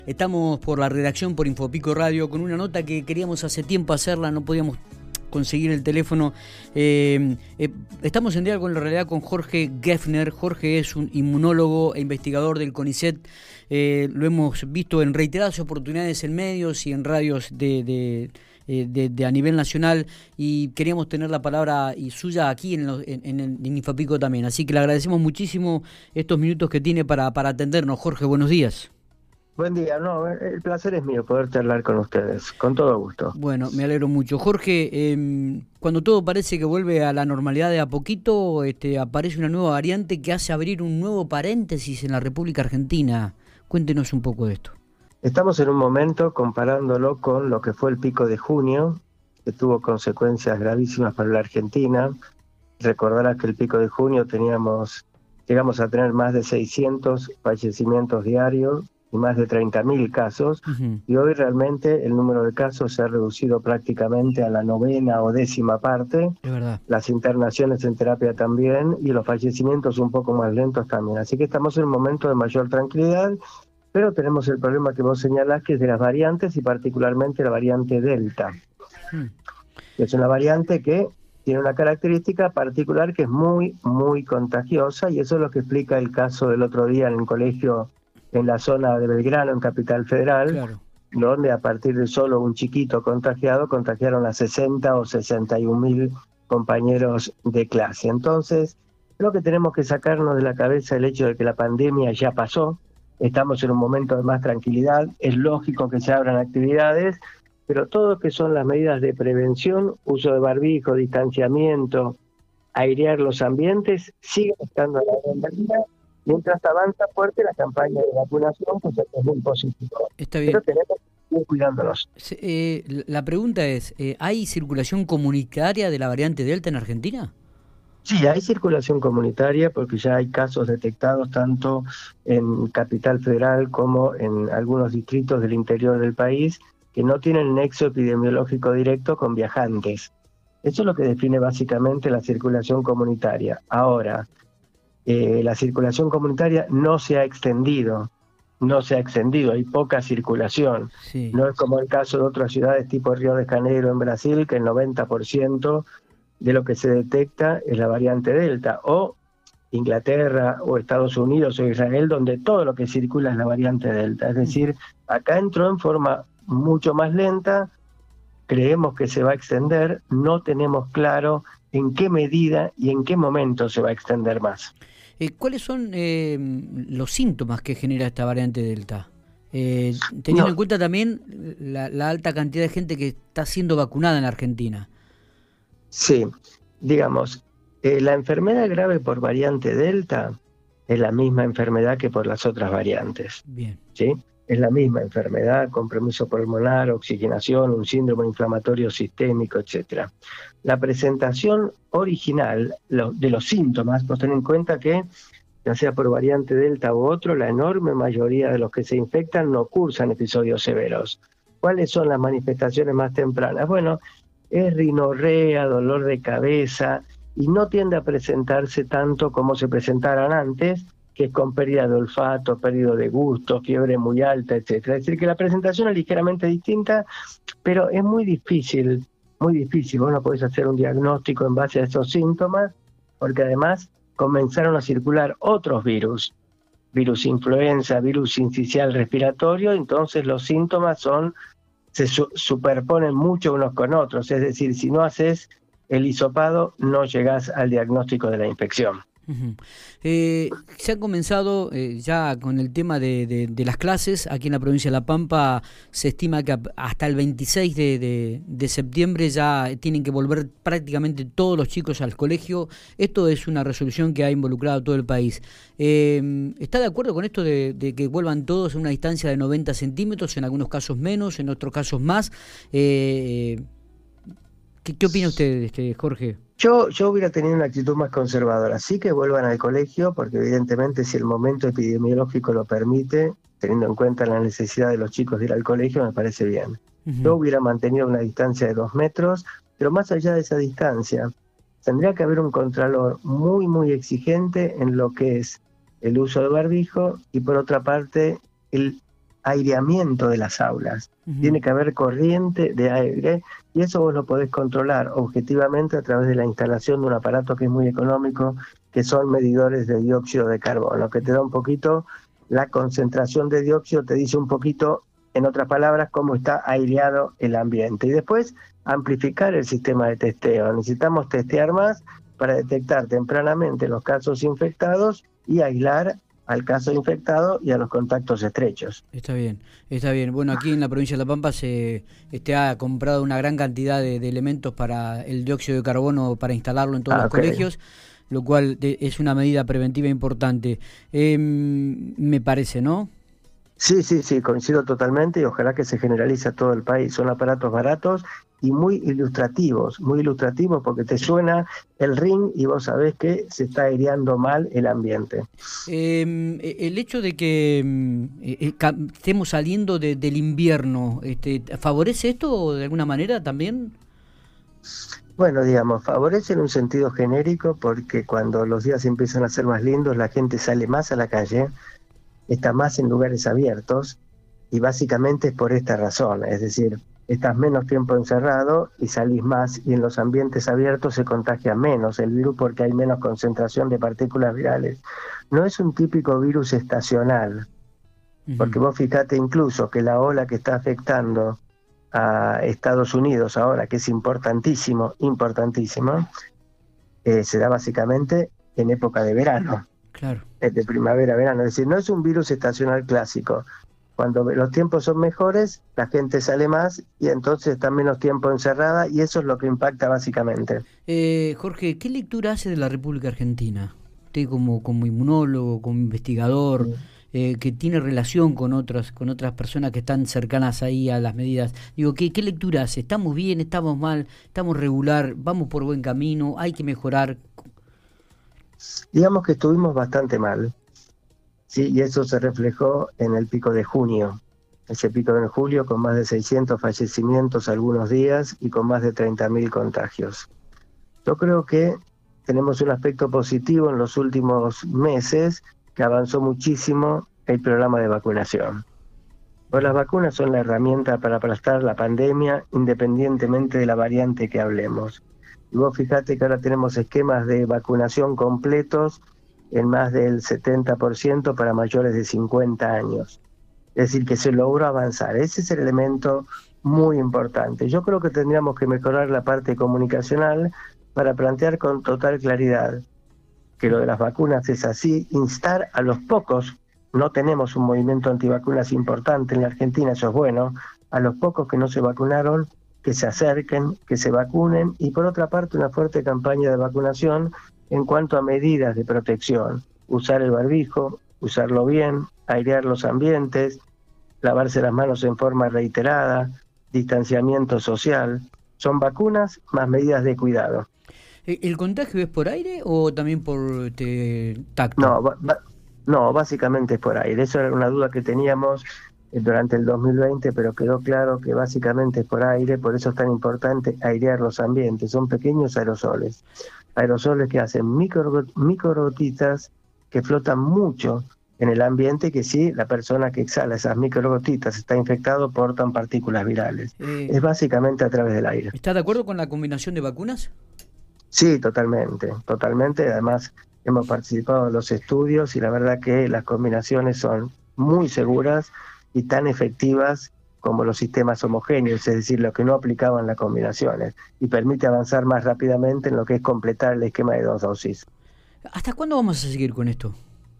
Estamos por la redacción, por Infopico Radio, con una nota que queríamos hace tiempo hacerla, no podíamos conseguir el teléfono. Estamos en diálogo en realidad con Jorge Geffner. Jorge es un inmunólogo e investigador del CONICET. Lo hemos visto en reiteradas oportunidades en medios y en radios de a nivel nacional, y queríamos tener la palabra y suya aquí en Infopico también. Así que le agradecemos muchísimo estos minutos que tiene para atendernos. Jorge, buenos días. Buen día, el placer es mío poder charlar con ustedes, con todo gusto. Bueno, me alegro mucho. Jorge, cuando todo parece que vuelve a la normalidad de a poquito, aparece una nueva variante que hace abrir un nuevo paréntesis en la República Argentina. Cuéntenos un poco de esto. Estamos en un momento comparándolo con lo que fue el pico de junio, que tuvo consecuencias gravísimas para la Argentina. Recordarás que el pico de junio llegamos a tener más de 600 fallecimientos diarios y más de 30.000 casos, y hoy realmente el número de casos se ha reducido prácticamente a la 9ª o 10ª parte, es verdad. Las internaciones en terapia también, y los fallecimientos un poco más lentos también, así que estamos en un momento de mayor tranquilidad, pero tenemos el problema que vos señalás, que es de las variantes, y particularmente la variante Delta, que es una variante que tiene una característica particular que es muy, muy contagiosa, y eso es lo que explica el caso del otro día en el colegio en la zona de Belgrano, en Capital Federal, Claro. Donde a partir de solo un chiquito contagiado, contagiaron a 60 o 61.000 compañeros de clase. Entonces, creo que tenemos que sacarnos de la cabeza el hecho de que la pandemia ya pasó, estamos en un momento de más tranquilidad, es lógico que se abran actividades, pero todo lo que son las medidas de prevención, uso de barbijo, distanciamiento, airear los ambientes, siguen estando en la agenda, mientras avanza fuerte la campaña de vacunación, pues es muy positivo. Está bien. Pero tenemos que ir cuidándonos. La pregunta es, ¿hay circulación comunitaria de la variante Delta en Argentina? Sí, hay circulación comunitaria porque ya hay casos detectados tanto en Capital Federal como en algunos distritos del interior del país que no tienen nexo epidemiológico directo con viajantes. Eso es lo que define básicamente la circulación comunitaria. Ahora, la circulación comunitaria no se ha extendido, hay poca circulación. Sí. No es como el caso de otras ciudades tipo Río de Janeiro en Brasil, que el 90% de lo que se detecta es la variante Delta, o Inglaterra, o Estados Unidos, o Israel, donde todo lo que circula es la variante Delta. Es decir, acá entró en forma mucho más lenta, creemos que se va a extender, no tenemos claro en qué medida y en qué momento se va a extender más. ¿Cuáles son los síntomas que genera esta variante Delta? Teniendo en cuenta también la alta cantidad de gente que está siendo vacunada en la Argentina. Sí, digamos, la enfermedad grave por variante Delta es la misma enfermedad que por las otras variantes. Bien. ¿Sí? Es la misma enfermedad, compromiso pulmonar, oxigenación, un síndrome inflamatorio sistémico, etc. La presentación original de los síntomas, pues ten en cuenta que, ya sea por variante Delta u otro, la enorme mayoría de los que se infectan no cursan episodios severos. ¿Cuáles son las manifestaciones más tempranas? Bueno, es rinorrea, dolor de cabeza, y no tiende a presentarse tanto como se presentaran antes, que es con pérdida de olfato, pérdida de gusto, fiebre muy alta, etcétera. Es decir, que la presentación es ligeramente distinta, pero es muy difícil. Vos no podés hacer un diagnóstico en base a esos síntomas, porque además comenzaron a circular otros virus influenza, virus sincicial respiratorio, entonces los síntomas se superponen mucho unos con otros, es decir, si no haces el hisopado, no llegás al diagnóstico de la infección. Se ha comenzado ya con el tema de las clases. Aquí en la provincia de La Pampa se estima que hasta el 26 de septiembre ya tienen que volver prácticamente todos los chicos al colegio. Esto es una resolución que ha involucrado a todo el país. ¿Está de acuerdo con esto de que vuelvan todos a una distancia de 90 centímetros, en algunos casos menos, en otros casos más? ¿Qué opina usted, Jorge? Yo hubiera tenido una actitud más conservadora. Sí que vuelvan al colegio, porque evidentemente si el momento epidemiológico lo permite, teniendo en cuenta la necesidad de los chicos de ir al colegio, me parece bien. Yo hubiera mantenido una distancia de 2 metros, pero más allá de esa distancia, tendría que haber un contralor muy, muy exigente en lo que es el uso de barbijo y, por otra parte, el aireamiento de las aulas. Ujú. Tiene que haber corriente de aire y eso vos lo podés controlar objetivamente a través de la instalación de un aparato que es muy económico, que son medidores de dióxido de carbono, que te da un poquito la concentración de dióxido, te dice un poquito, en otras palabras, cómo está aireado el ambiente. Y después amplificar el sistema de testeo. Necesitamos testear más para detectar tempranamente los casos infectados y aislar al caso infectado y a los contactos estrechos. Está bien, está bien. Bueno, aquí en la provincia de La Pampa se ha comprado una gran cantidad de elementos para el dióxido de carbono para instalarlo en todos los colegios, lo cual es una medida preventiva importante. Me parece, ¿no? Sí, coincido totalmente y ojalá que se generalice a todo el país. Son aparatos baratos y muy ilustrativos porque te suena el ring y vos sabés que se está aireando mal el ambiente. El hecho de que estemos saliendo del invierno, ¿favorece esto de alguna manera también? Bueno, digamos, favorece en un sentido genérico porque cuando los días empiezan a ser más lindos, la gente sale más a la calle, está más en lugares abiertos y básicamente es por esta razón, es decir, estás menos tiempo encerrado y salís más y en los ambientes abiertos se contagia menos el virus porque hay menos concentración de partículas virales. No es un típico virus estacional, porque vos fijate incluso que la ola que está afectando a Estados Unidos ahora, que es importantísimo, se da básicamente en época de verano. Claro. De primavera, verano, es decir, no es un virus estacional clásico. Cuando los tiempos son mejores, la gente sale más y entonces está menos tiempo encerrada y eso es lo que impacta básicamente. Jorge, ¿qué lectura hace de la República Argentina? Usted como inmunólogo, como investigador, que tiene relación con otras personas que están cercanas ahí a las medidas. Digo, ¿qué lectura hace? ¿Estamos bien? ¿Estamos mal? ¿Estamos regular? ¿Vamos por buen camino? ¿Hay que mejorar? Digamos que estuvimos bastante mal, sí, y eso se reflejó en el pico de junio. Ese pico de julio con más de 600 fallecimientos algunos días y con más de 30.000 contagios. Yo creo que tenemos un aspecto positivo en los últimos meses, que avanzó muchísimo el programa de vacunación. Pues las vacunas son la herramienta para aplastar la pandemia independientemente de la variante que hablemos. Y vos fijate que ahora tenemos esquemas de vacunación completos en más del 70% para mayores de 50 años. Es decir, que se logró avanzar. Ese es el elemento muy importante. Yo creo que tendríamos que mejorar la parte comunicacional para plantear con total claridad que lo de las vacunas es así, instar a los pocos, no tenemos un movimiento antivacunas importante en la Argentina, eso es bueno, a los pocos que no se vacunaron, que se acerquen, que se vacunen, y por otra parte una fuerte campaña de vacunación en cuanto a medidas de protección, usar el barbijo, usarlo bien, airear los ambientes, lavarse las manos en forma reiterada, distanciamiento social, son vacunas más medidas de cuidado. ¿El contagio es por aire o también por tacto? No, básicamente es por aire. Eso era una duda que teníamos durante el 2020, pero quedó claro que básicamente es por aire, por eso es tan importante airear los ambientes. Son pequeños aerosoles que hacen microgotitas que flotan mucho en el ambiente, que si la persona que exhala esas microgotitas está infectado, portan partículas virales. Es básicamente a través del aire. ¿Está de acuerdo con la combinación de vacunas? Sí, totalmente. Además, hemos participado en los estudios y la verdad que las combinaciones son muy seguras y tan efectivas como los sistemas homogéneos, es decir, los que no aplicaban las combinaciones, y permite avanzar más rápidamente en lo que es completar el esquema de 2 dosis. ¿Hasta cuándo vamos a seguir con esto?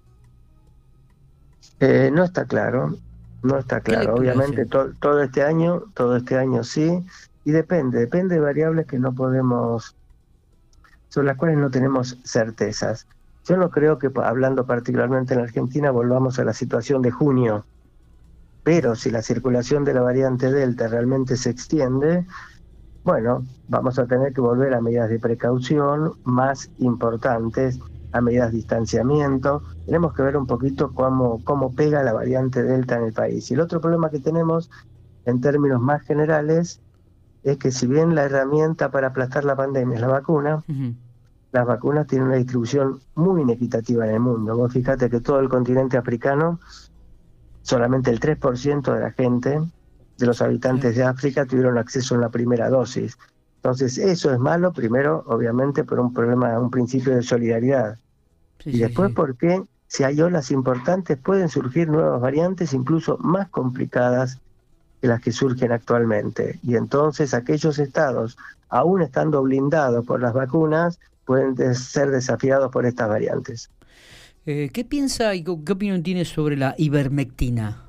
No está claro. Obviamente todo este año sí, y depende de variables que no podemos, sobre las cuales no tenemos certezas. Yo no creo que, hablando particularmente en Argentina, volvamos a la situación de junio, pero si la circulación de la variante Delta realmente se extiende, bueno, vamos a tener que volver a medidas de precaución más importantes, a medidas de distanciamiento. Tenemos que ver un poquito cómo pega la variante Delta en el país. Y el otro problema que tenemos, en términos más generales, es que si bien la herramienta para aplastar la pandemia es la vacuna, las vacunas tienen una distribución muy inequitativa en el mundo. Vos fíjate que todo el continente africano solamente el 3% de la gente, de los habitantes de África, tuvieron acceso a la primera dosis. Entonces, eso es malo, primero, obviamente, por un problema, un principio de solidaridad. Sí, Y sí, después, sí. porque si hay olas importantes, pueden surgir nuevas variantes, incluso más complicadas que las que surgen actualmente. Y entonces, aquellos estados, aún estando blindados por las vacunas, pueden ser desafiados por estas variantes. ¿Qué piensa y qué opinión tiene sobre la ivermectina?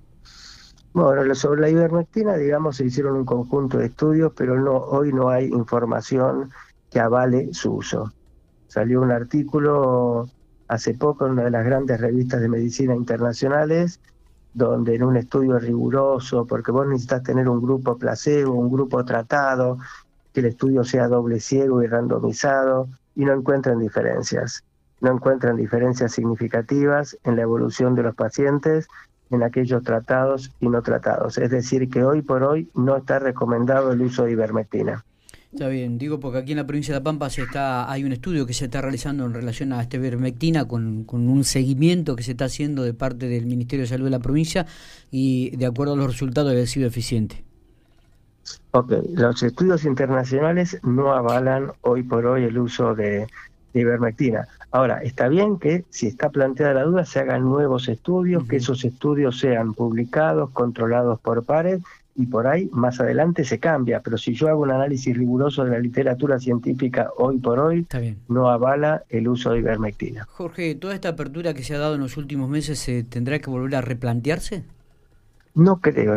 Bueno, sobre la ivermectina, digamos, se hicieron un conjunto de estudios, pero hoy no hay información que avale su uso. Salió un artículo hace poco en una de las grandes revistas de medicina internacionales, donde en un estudio riguroso, porque vos necesitas tener un grupo placebo, un grupo tratado, que el estudio sea doble ciego y randomizado, y no encuentran diferencias. No encuentran diferencias significativas en la evolución de los pacientes en aquellos tratados y no tratados. Es decir, que hoy por hoy no está recomendado el uso de ivermectina. Está bien, digo porque aquí en la provincia de La Pampa hay un estudio que se está realizando en relación a esta ivermectina con un seguimiento que se está haciendo de parte del Ministerio de Salud de la provincia y de acuerdo a los resultados ha sido eficiente. Ok, los estudios internacionales no avalan hoy por hoy el uso de ivermectina. Ahora, está bien que si está planteada la duda se hagan nuevos estudios, que Ujú. esos estudios sean publicados, controlados por pares, y por ahí más adelante se cambia. Pero si yo hago un análisis riguroso de la literatura científica hoy por hoy, Está bien. no avala el uso de ivermectina. Jorge, ¿toda esta apertura que se ha dado en los últimos meses se tendrá que volver a replantearse? No creo,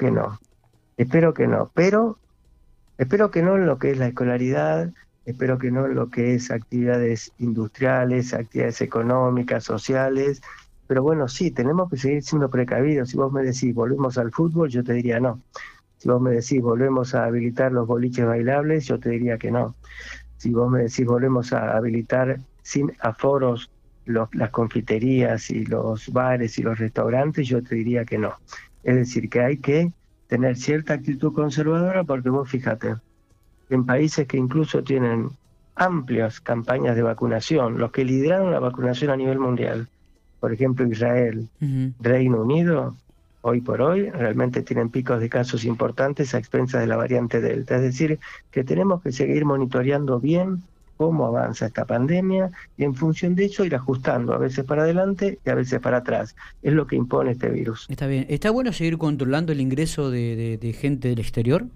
espero que no, pero espero que no en lo que es la escolaridad, espero que no en lo que es actividades industriales, actividades económicas, sociales, pero bueno, sí, tenemos que seguir siendo precavidos. Si vos me decís, volvemos al fútbol, yo te diría no. Si vos me decís, volvemos a habilitar los boliches bailables, yo te diría que no. Si vos me decís, volvemos a habilitar sin aforos las confiterías y los bares y los restaurantes, yo te diría que no. Es decir, que hay que tener cierta actitud conservadora porque vos fíjate, en países que incluso tienen amplias campañas de vacunación, los que lideraron la vacunación a nivel mundial, por ejemplo Israel, Ujú. Reino Unido, hoy por hoy realmente tienen picos de casos importantes a expensas de la variante Delta. Es decir, que tenemos que seguir monitoreando bien cómo avanza esta pandemia y en función de eso ir ajustando, a veces para adelante y a veces para atrás. Es lo que impone este virus. Está bien. ¿Está bueno seguir controlando el ingreso de gente del exterior?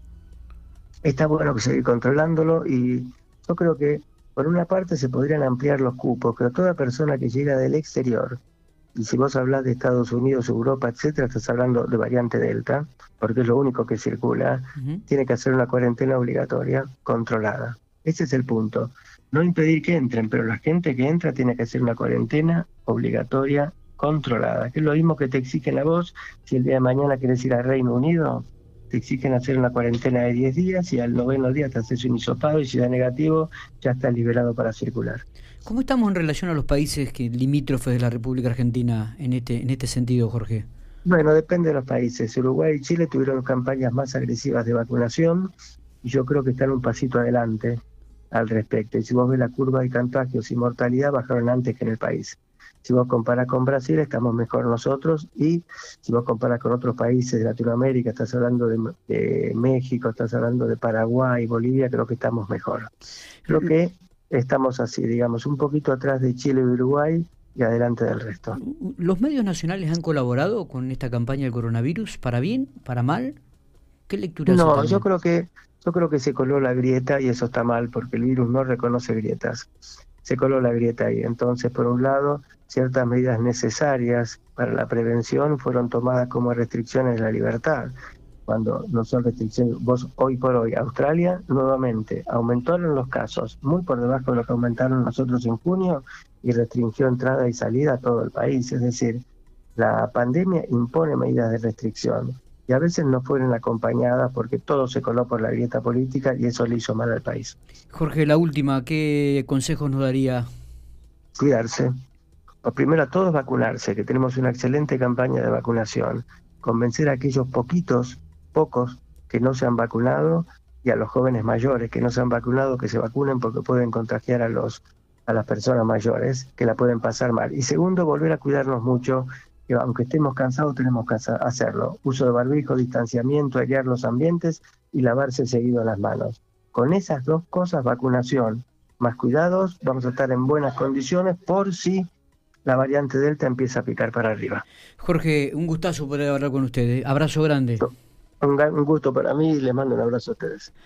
Está bueno que seguir controlándolo y yo creo que por una parte se podrían ampliar los cupos, pero toda persona que llega del exterior, y si vos hablas de Estados Unidos, Europa, etcétera, estás hablando de variante Delta, porque es lo único que circula, Ujú. tiene que hacer una cuarentena obligatoria, controlada. Ese es el punto. No impedir que entren, pero la gente que entra tiene que hacer una cuarentena obligatoria, controlada, que es lo mismo que te exigen a vos si el día de mañana querés ir al Reino Unido. Te exigen hacer una cuarentena de 10 días y al 9º día te haces un hisopado y si da negativo ya estás liberado para circular. ¿Cómo estamos en relación a los países limítrofes de la República Argentina en este sentido, Jorge? Bueno, depende de los países. Uruguay y Chile tuvieron campañas más agresivas de vacunación y yo creo que están un pasito adelante al respecto. Y si vos ves la curva de contagios y mortalidad, bajaron antes que en el país. Si vos comparás con Brasil, estamos mejor nosotros, y si vos comparás con otros países de Latinoamérica, estás hablando de México, estás hablando de Paraguay, Bolivia, creo que estamos mejor. Creo que estamos así, digamos, un poquito atrás de Chile y Uruguay y adelante del resto. ¿Los medios nacionales han colaborado con esta campaña del coronavirus? ¿Para bien? ¿Para mal? ¿Qué lectura hace No, también? yo creo que se coló la grieta y eso está mal porque el virus no reconoce grietas. Se coló la grieta ahí. Entonces, por un lado, ciertas medidas necesarias para la prevención fueron tomadas como restricciones de la libertad, cuando no son restricciones. Vos hoy por hoy, Australia nuevamente aumentaron los casos, muy por debajo de lo que aumentaron nosotros en junio, y restringió entrada y salida a todo el país. Es decir, la pandemia impone medidas de restricción y a veces no fueron acompañadas porque todo se coló por la grieta política y eso le hizo mal al país. Jorge, la última, ¿qué consejos nos daría? Cuidarse. Lo primero a todos vacunarse, que tenemos una excelente campaña de vacunación. Convencer a aquellos pocos que no se han vacunado y a los jóvenes mayores que no se han vacunado que se vacunen porque pueden contagiar a las personas mayores que la pueden pasar mal. Y segundo, volver a cuidarnos mucho que aunque estemos cansados tenemos que hacerlo. Uso de barbijo, distanciamiento, airear los ambientes y lavarse seguido las manos. Con esas dos cosas, vacunación más cuidados, vamos a estar en buenas condiciones por si la variante Delta empieza a picar para arriba. Jorge, un gustazo poder hablar con ustedes. Abrazo grande. Un gusto para mí y les mando un abrazo a ustedes.